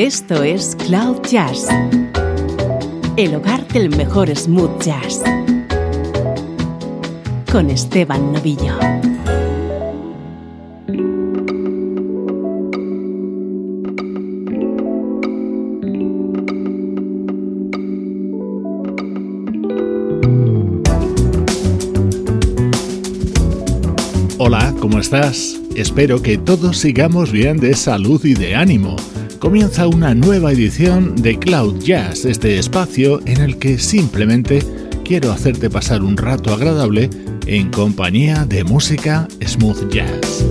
Esto es Cloud Jazz, el hogar del mejor smooth jazz, con Esteban Novillo. Hola, ¿cómo estás? Espero que todos sigamos bien de salud y de ánimo. Comienza una nueva edición de Cloud Jazz, este espacio en el que simplemente quiero hacerte pasar un rato agradable en compañía de música smooth jazz.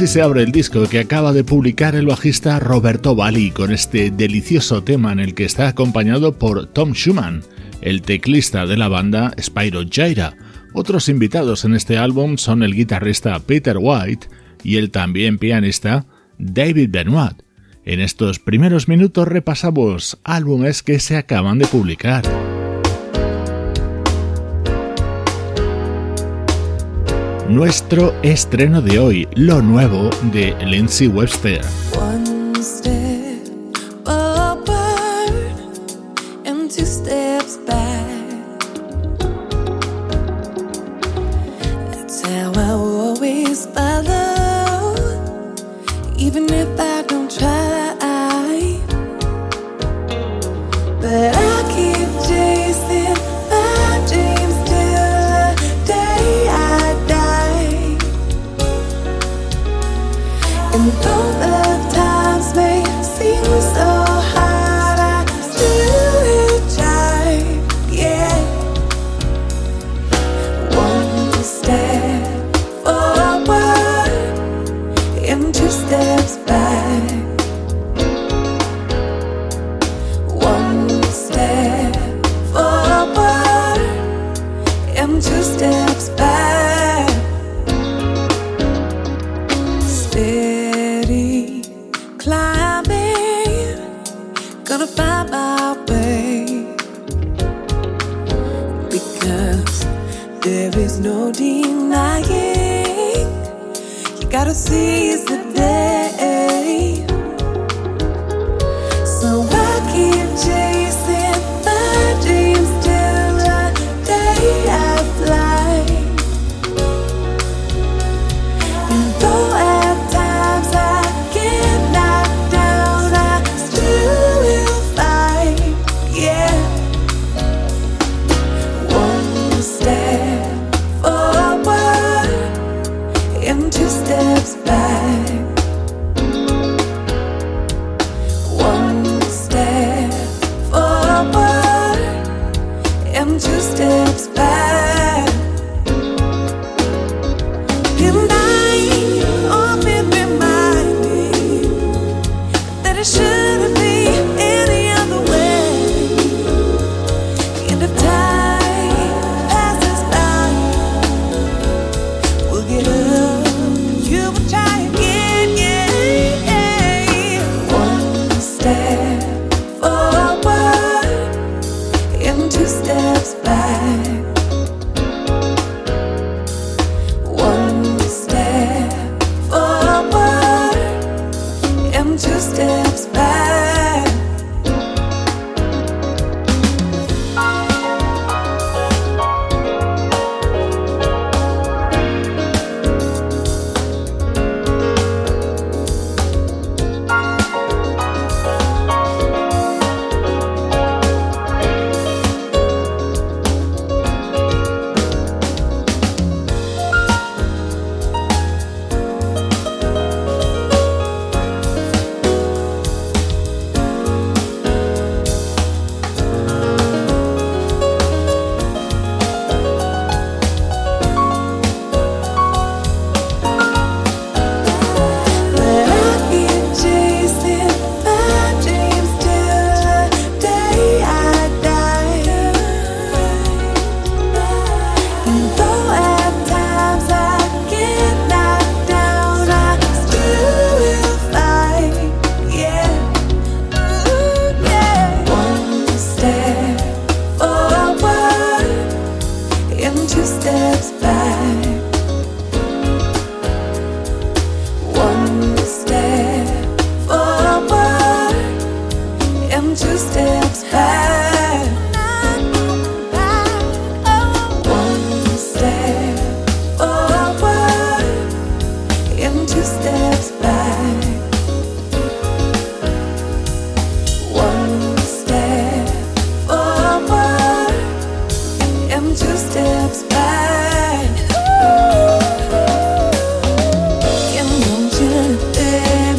Así se abre el disco que acaba de publicar el bajista Roberto Valli con este delicioso tema en el que está acompañado por Tom Schumann, el teclista de la banda Spyro Gyra. Otros invitados en este álbum son el guitarrista Peter White y el también pianista David Benoit. En estos primeros minutos repasamos álbumes que se acaban de publicar. Nuestro estreno de hoy, lo nuevo de Lindsey Webster. One step forward and 2 steps back. That's how I always follow, even if I don't try. But I keep chasing my dreams till the day I die. And though the times may seem so hard, I still will try, yeah. One step forward and 2 steps back. One step forward and 2 steps back. Steady climbing, gonna find my way, because there is no denying, you gotta seize the day. So I keep chasing my dreams till the day I fly. And though at times I get knocked down, I still will fight, yeah. One step forward and 2 steps back. One step forward and 2 steps back. And I often remind me that it shouldn't be any other way. And if time passes by, we'll get up and you will try again, yeah. One step forward and 2 steps back. One step forward and 2 steps back.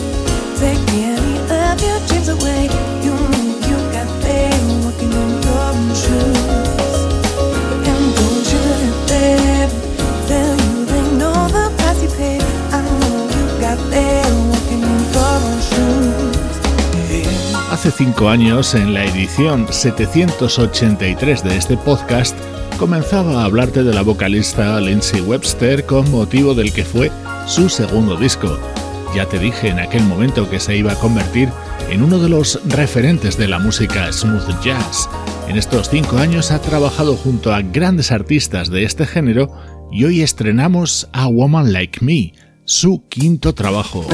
Take any of your dreams away. You got them working in your 5 años, en la edición 783 de este podcast, comenzaba a hablarte de la vocalista Lindsey Webster con motivo del que fue su segundo disco. Ya te dije en aquel momento que se iba a convertir en uno de los referentes de la música smooth jazz. En estos 5 años ha trabajado junto a grandes artistas de este género y hoy estrenamos A Woman Like Me, su quinto trabajo.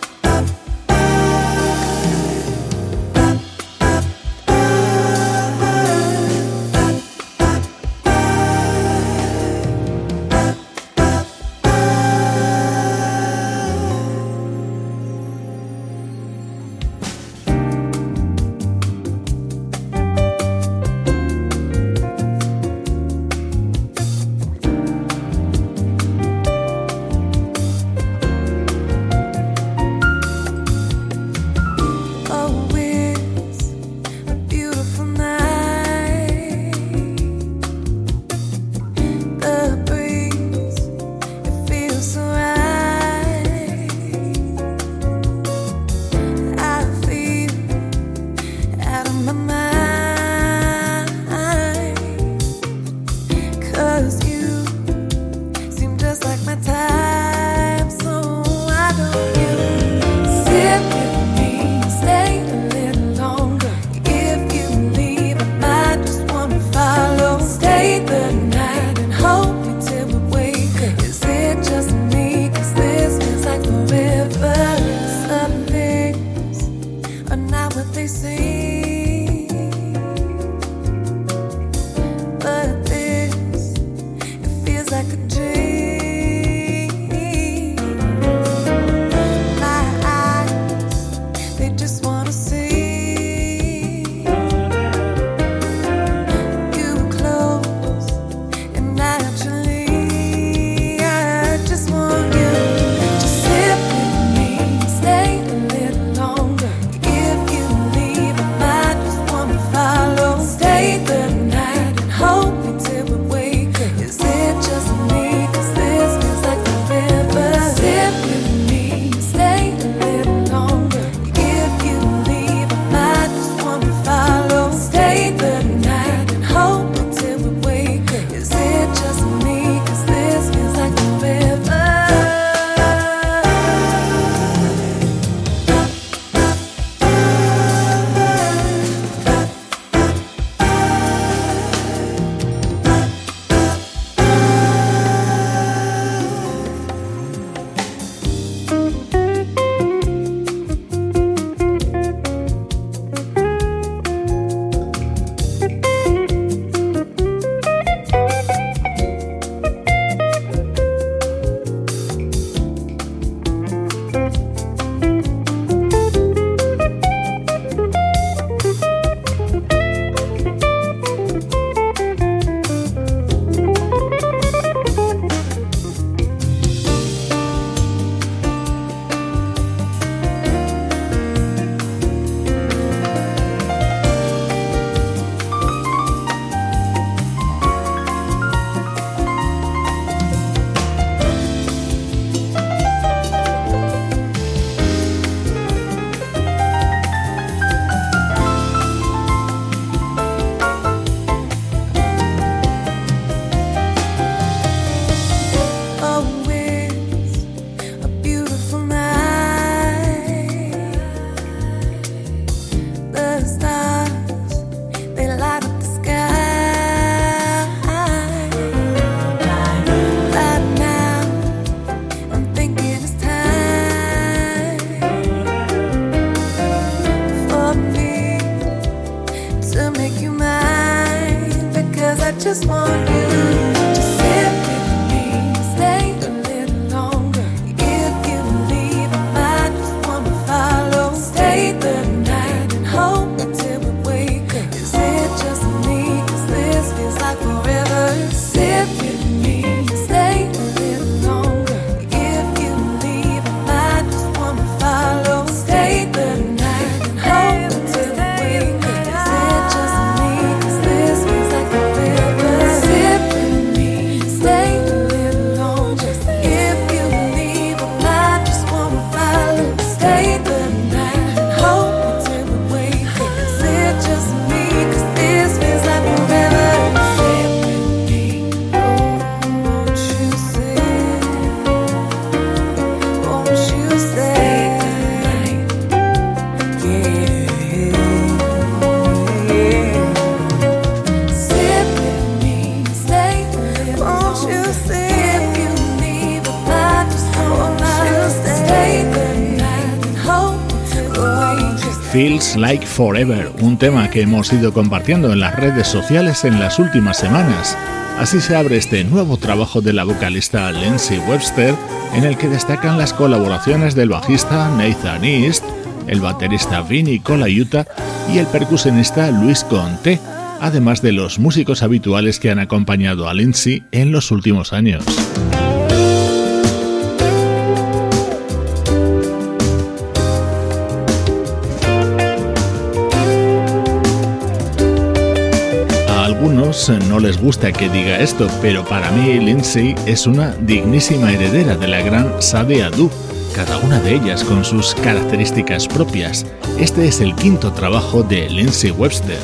just want you to sit with me, stay a little longer. If you leave, I might just wanna follow. Stay the night and hope until we wake up. Is it just me? 'Cause this feels like forever. Sit with me, stay a little longer. If you leave, I might just wanna follow. Stay the night and hope until we wake up. Is it just me? 'Cause this feels like forever. Sit with me. Feels Like Forever, un tema que hemos ido compartiendo en las redes sociales en las últimas semanas. Así se abre este nuevo trabajo de la vocalista Lindsey Webster, en el que destacan las colaboraciones del bajista Nathan East, el baterista Vinny Colaiuta y el percusionista Luis Conté, además de los músicos habituales que han acompañado a Lindsey en los últimos años. No les gusta que diga esto, pero para mí Lindsey es una dignísima heredera de la gran Sade Adu, cada una de ellas con sus características propias. Este es el quinto trabajo de Lindsey Webster.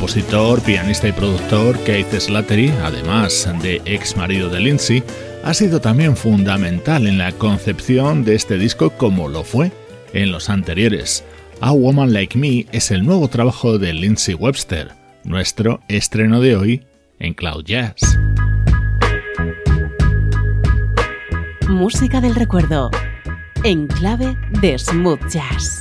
compositor, pianista y productor Keith Slattery, además de ex marido de Lindsay, ha sido también fundamental en la concepción de este disco como lo fue en los anteriores. A Woman Like Me es el nuevo trabajo de Lindsay Webster, nuestro estreno de hoy en Cloud Jazz. Música del recuerdo, en clave de smooth jazz.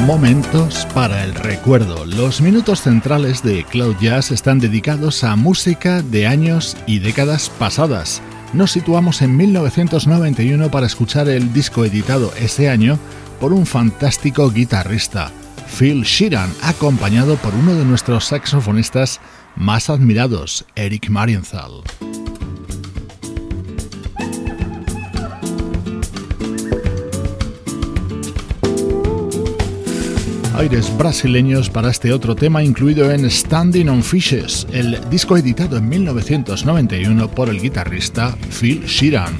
Momentos para el recuerdo. Los minutos centrales de Cloud Jazz están dedicados a música de años y décadas pasadas. Nos situamos en 1991 para escuchar el disco editado ese año por un fantástico guitarrista, Phil Sheeran, acompañado por uno de nuestros saxofonistas más admirados, Eric Marienthal. Aires brasileños para este otro tema incluido en Standing on Fishes, el disco editado en 1991 por el guitarrista Phil Sheeran.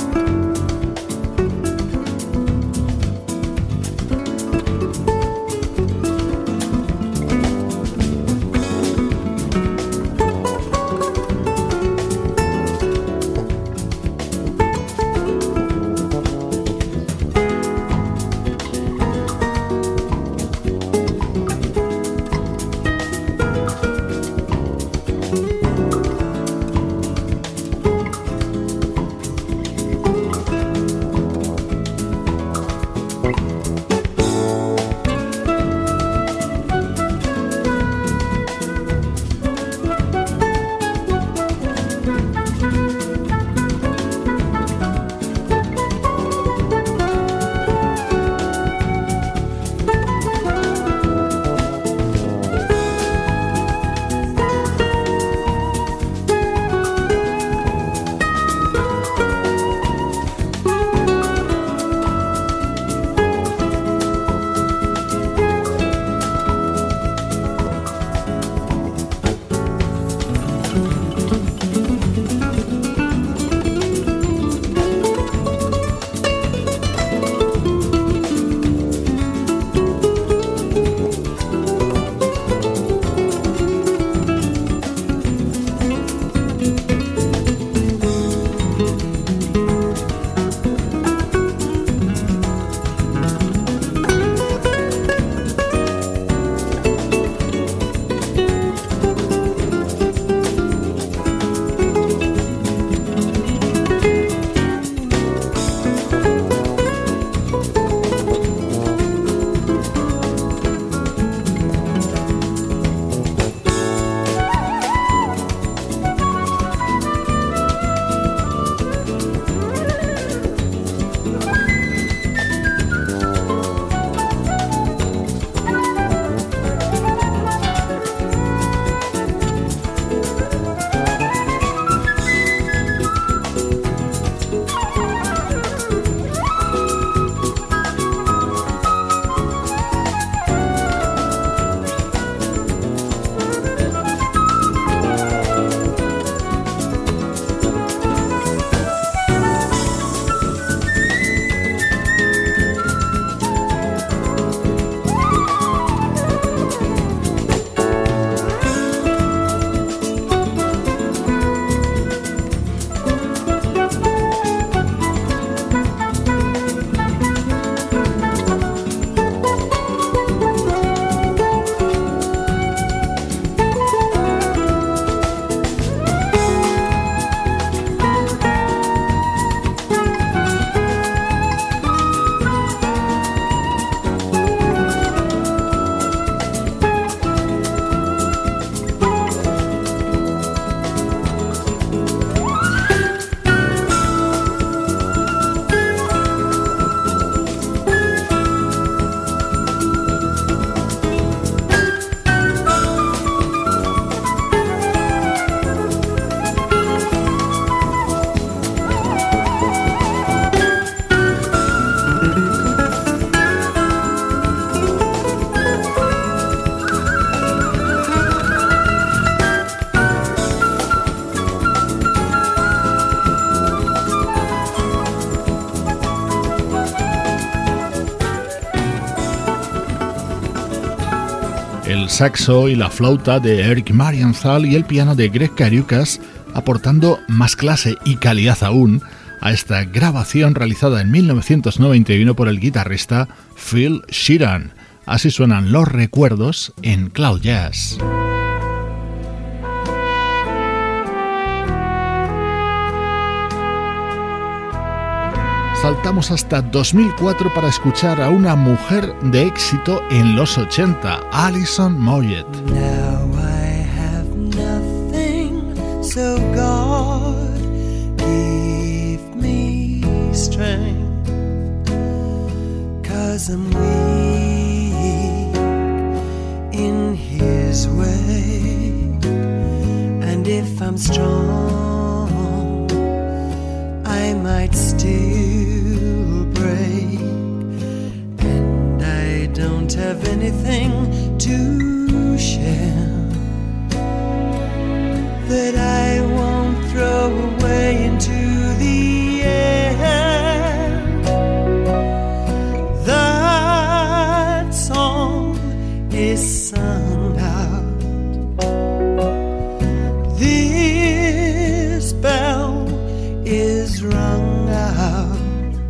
el saxo y la flauta de Eric Marienthal y el piano de Greg Cariucas, aportando más clase y calidad aún a esta grabación realizada en 1991 por el guitarrista Phil Sheeran. Así suenan los recuerdos en Cloud Jazz. saltamos hasta 2004 para escuchar a una mujer de éxito en los 80, Alison Moyet. Now I have nothing, so God give me strength, 'cause I'm weak in His way, and if I'm strong, I might still break, and I don't have anything to share that I won't throw away into the air. That song is sung out, this bell is rung out.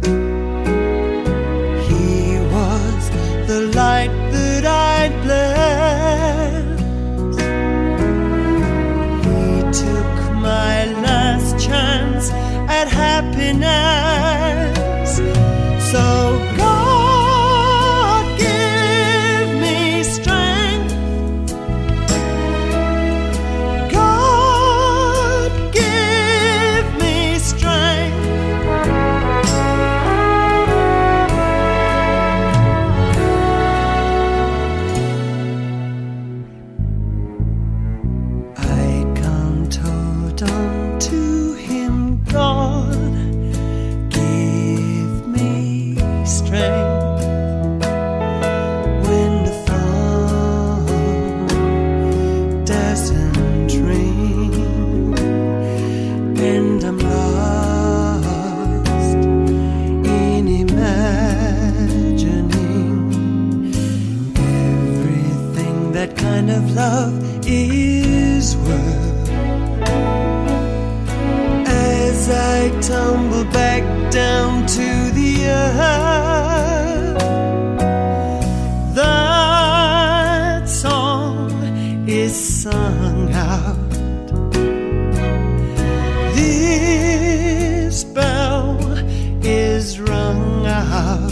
He was the light that I'd blessed. He took my last chance at happiness. So God give me strength. God give me strength. I can't hold on to Him, God give me strength. When the phone doesn't ring and I'm lost in imagining everything that kind of love is worth, as I tumble back down to the earth. That song is sung out, this bell is rung out.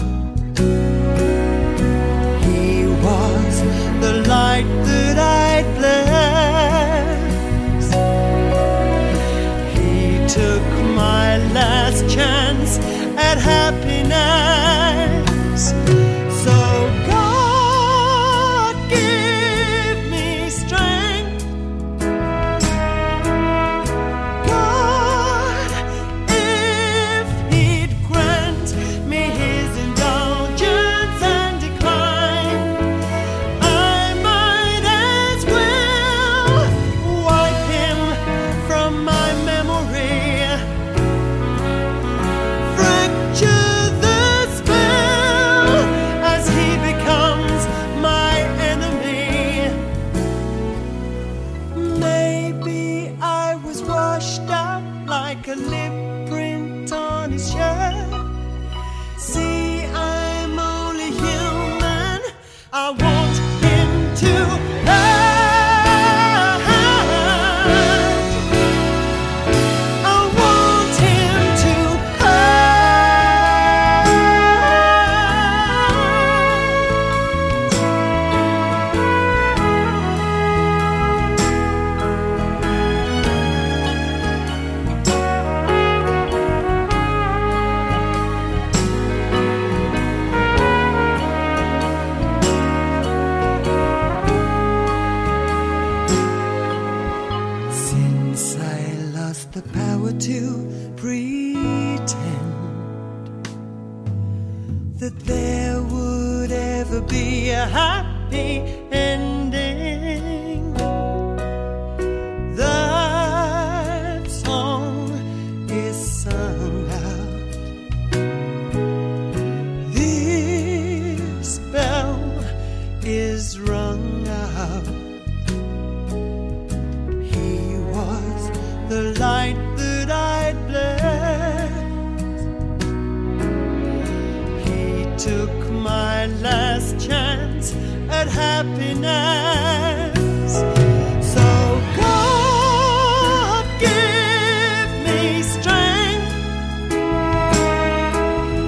He was the light that I'd blessed. He took my last chance at happiness. So God give me strength. God, if He'd grant me His indulgence and decline, I might as well wipe Him from my memory, fracture the spell as He becomes my enemy. Maybe I was washed out like a lip print on His shirt. See, I'm only human. I want Him to hurt. I want Him to Since I lost the power to pretend that there would ever be a happy ending, that song is sung out, this bell is rung out. He was the light that I'd blessed. He took my last chance at happiness. So God give me strength.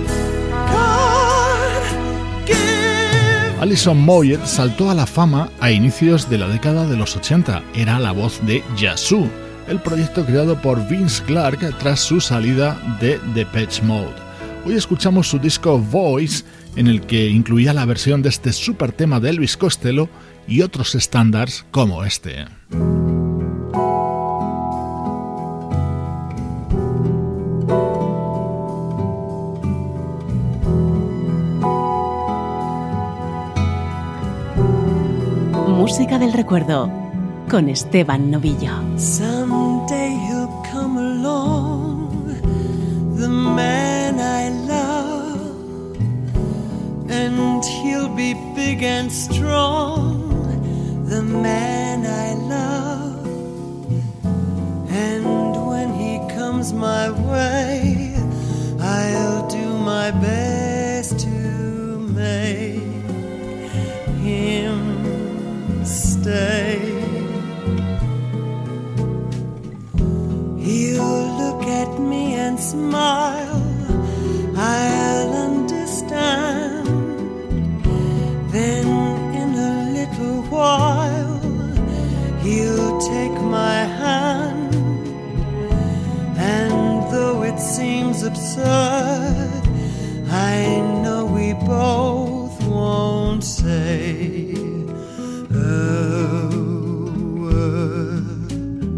Alison Moyet saltó a la fama a inicios de la década de los 80. Era la voz de Yazoo, el proyecto creado por Vince Clarke tras su salida de Depeche Mode. Hoy escuchamos su disco Voice, en el que incluía la versión de este super tema de Elvis Costello y otros estándares como este. Música del recuerdo con Esteban Novillo. Someday he'll come along, the man I love, and he'll be big and strong, the man I love. And when he comes my way, I'll do my best to make him stay. He'll look at me and smile, I'll understand. Then in a little while he'll take my hand, and though it seems absurd, I know we both won't say a word.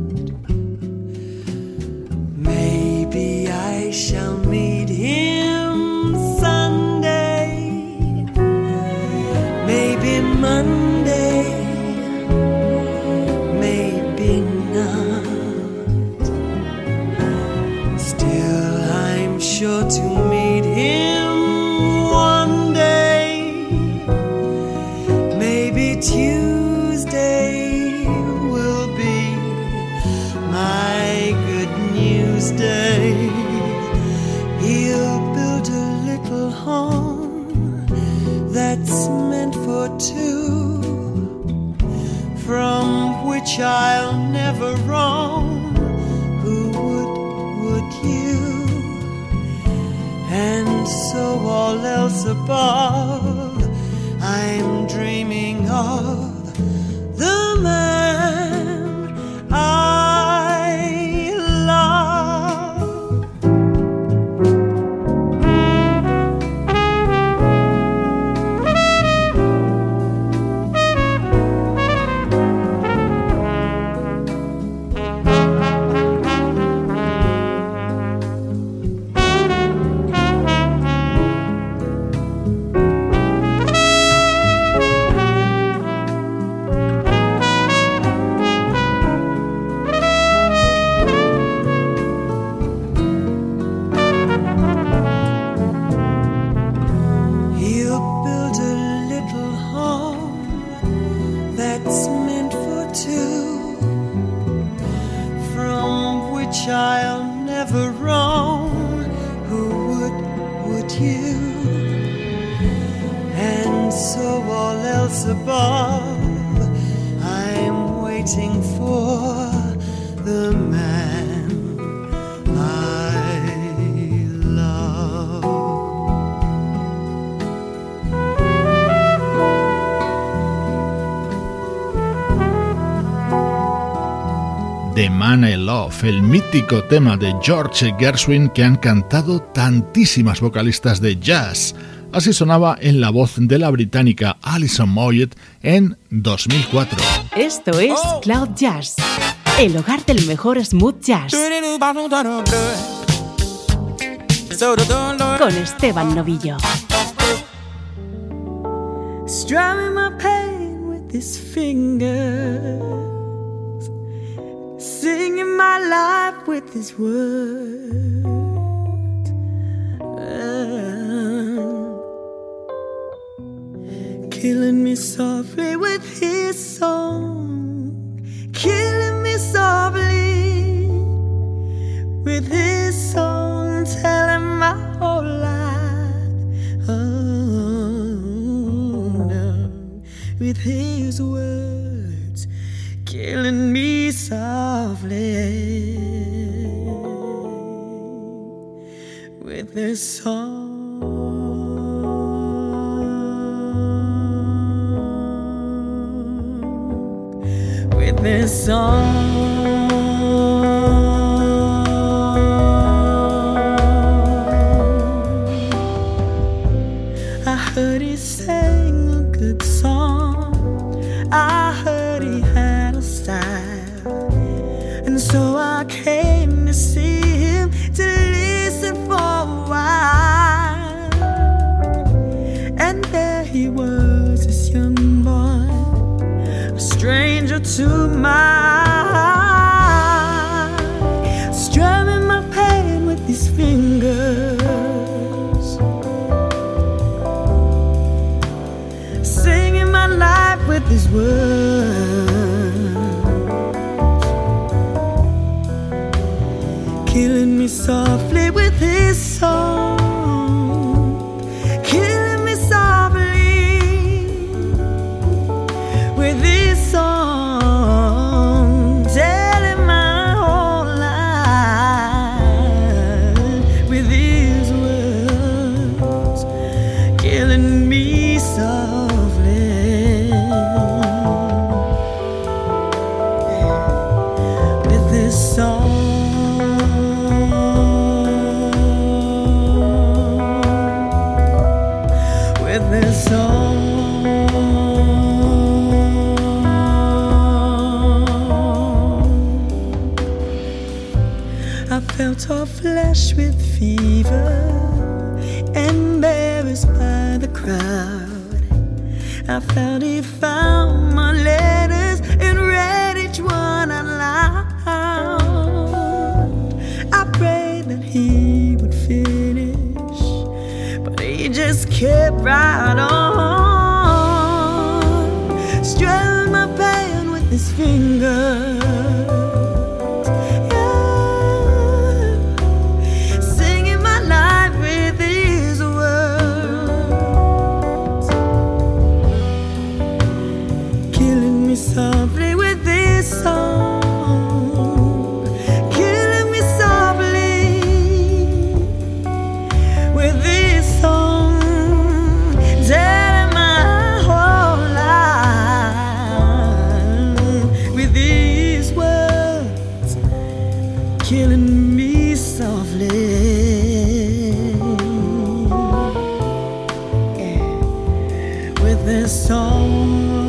Maybe I shall meet him Sunday, maybe Monday, maybe not. Still, I'm sure to meet him one day, maybe Tuesday will be my good news day. He'll build a little home that's meant for two, from which I'll never roam. Who would you? And so all else above, I'm dreaming of the man I love. I'll never roam. Who would you? And so all else above, I'm waiting for the man I love. The Man I Love, el mítico tema de George Gershwin que han cantado tantísimas vocalistas de jazz. Así sonaba en la voz de la británica Alison Moyet en 2004. Esto es Cloud Jazz, el hogar del mejor smooth jazz. Con Esteban Novillo. Strumming my pain with his fingers, singing my life with his words. Killing me softly with his song, killing me softly with his song, telling my whole life. Oh no, with his words, killing me softly with his song. with this song. I heard he sang a good song. I heard he had a style, and so I came to see him, to listen for a while. And there he was, this young boy, a stranger to my heart, strumming my pain with his fingers, singing my life with his words, killing me softly with his song, killing me softly with his song, telling my whole life with his words, killing me softly with this song. With this song, I felt her flesh with fever, embarrassed by the crowd. I felt he found my letters and read each one out loud. I prayed that he would finish, but he just kept right on, strumming my pain with his fingers, yeah, singing my life with his words, killing me softly with this song, killing me softly with this song, telling my whole life with these words, killing me softly, yeah, with this song.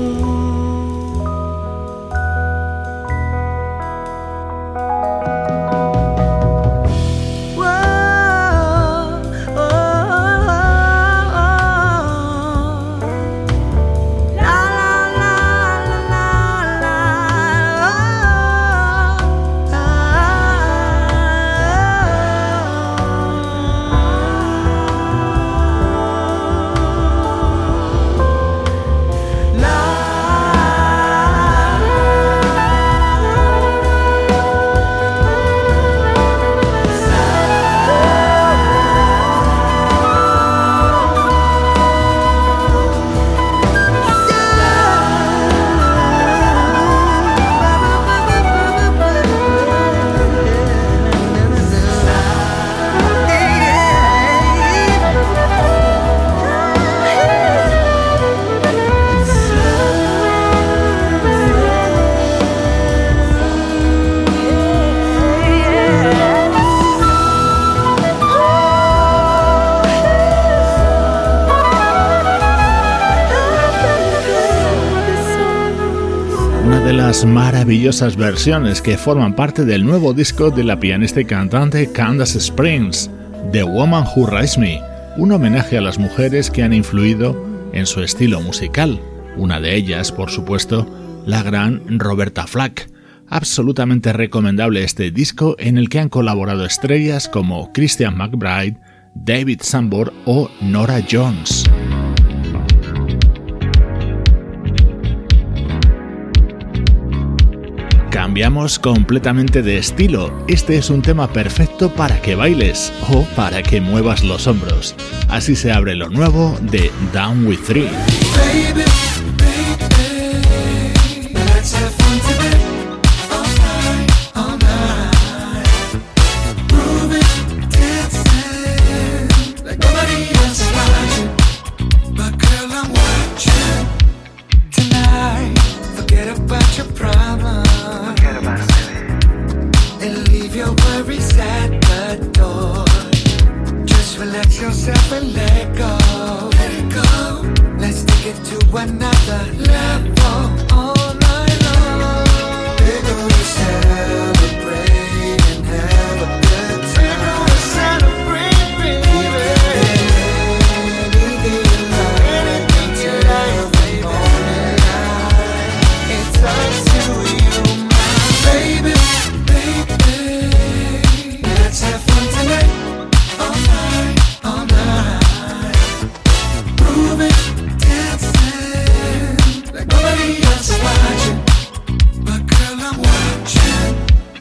Las maravillosas versiones que forman parte del nuevo disco de la pianista y cantante Candace Springs, The Woman Who Raised Me, un homenaje a las mujeres que han influido en su estilo musical. Una de ellas, por supuesto, la gran Roberta Flack. Absolutamente recomendable este disco, en el que han colaborado estrellas como Christian McBride, David Sanborn o Norah Jones. Cambiamos completamente de estilo. Este es un tema perfecto para que bailes o para que muevas los hombros. Así se abre lo nuevo de Down with Three. Baby, baby, let's have fun today. All night. Grooving, dancing, like nobody else is watching. But girl, I'm watching tonight. Forget about your problems. reset the door. Just relax yourself and let go. Let it go. Let's take it to another level all night long. We're gonna celebrate and have a good time. We're gonna celebrate, baby. Anything you like, baby. It's up to you, my baby, baby. Let's have fun tonight, all night, all night. Moving, dancing, like nobody else is watching. But girl, I'm watching.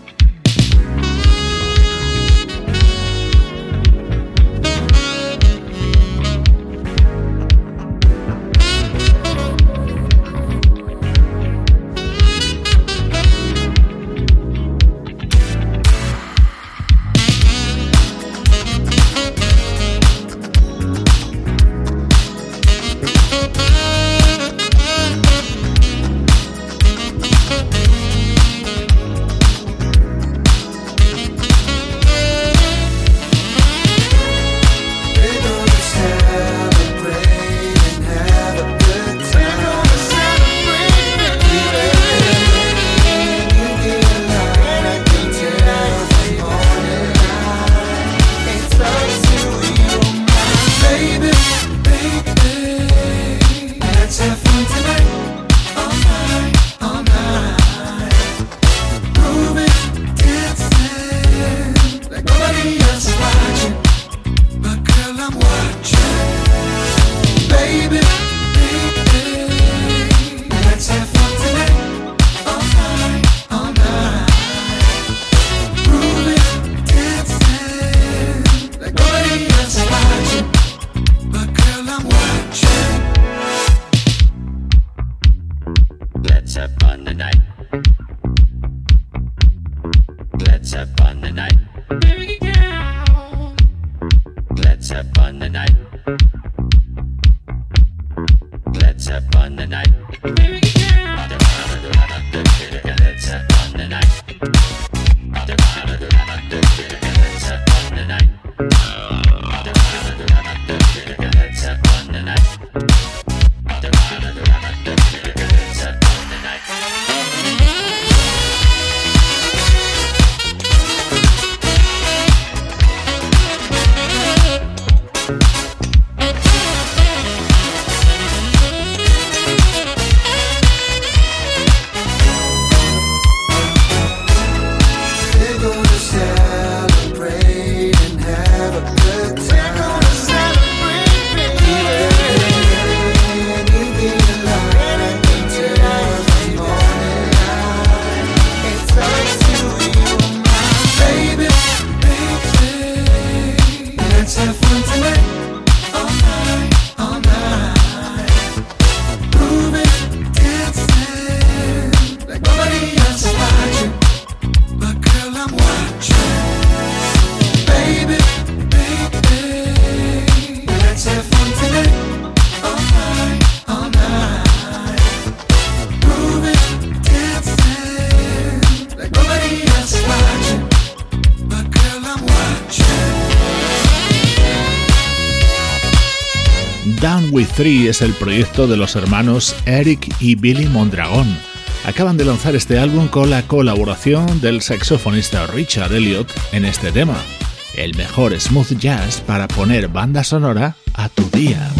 Down with Three es el proyecto de los hermanos Eric y Billy Mondragón. Acaban de lanzar este álbum con la colaboración del saxofonista Richard Elliott en este tema, el mejor smooth jazz para poner banda sonora a tu día.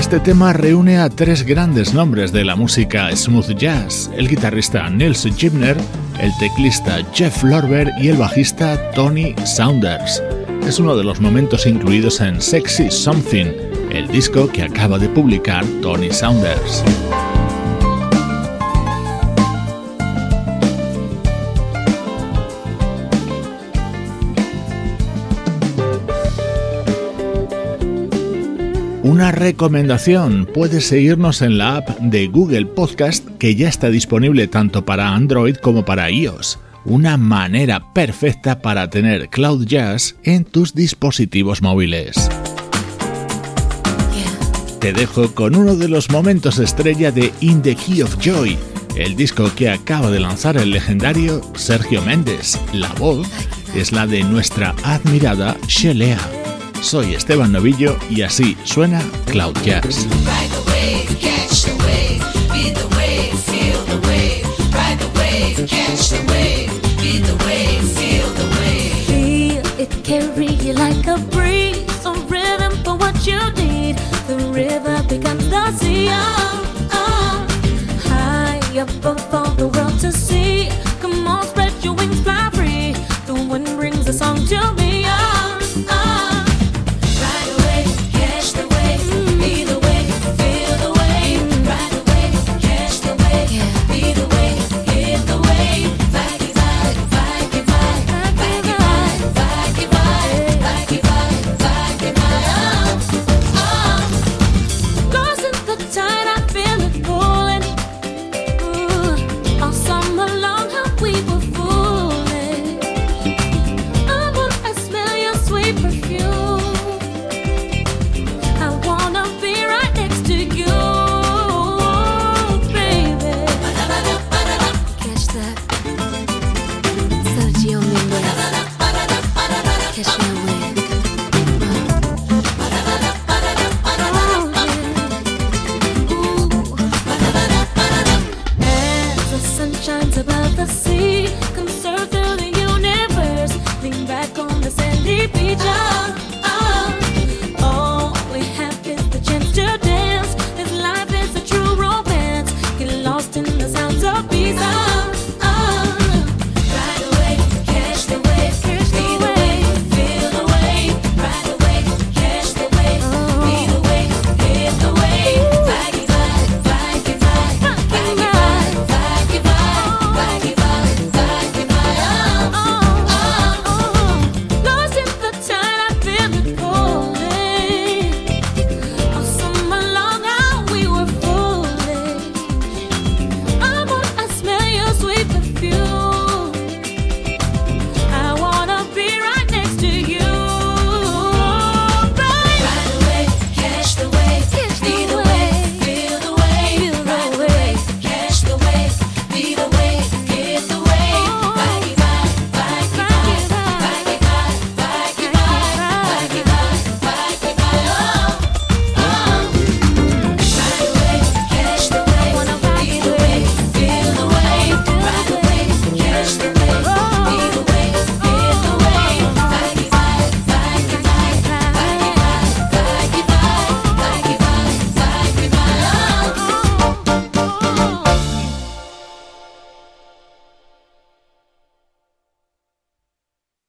Este tema reúne a tres grandes nombres de la música smooth jazz: el guitarrista Nils Gibner, el teclista Jeff Lorber y el bajista Tony Saunders. Es uno de los momentos incluidos en Sexy Something, el disco que acaba de publicar Tony Saunders. Una recomendación: puedes seguirnos en la app de Google Podcast, que ya está disponible tanto para Android como para iOS. Una manera perfecta para tener Cloud Jazz en tus dispositivos móviles. Te dejo con uno de los momentos estrella de In the Key of Joy, el disco que acaba de lanzar el legendario Sergio Méndez. La voz es la de nuestra admirada Shelea. Soy Esteban Novillo y así suena Cloud Jazz. Feel it carry you like a breeze, a rhythm for what you need. The river becomes the sea. High above all the world to see.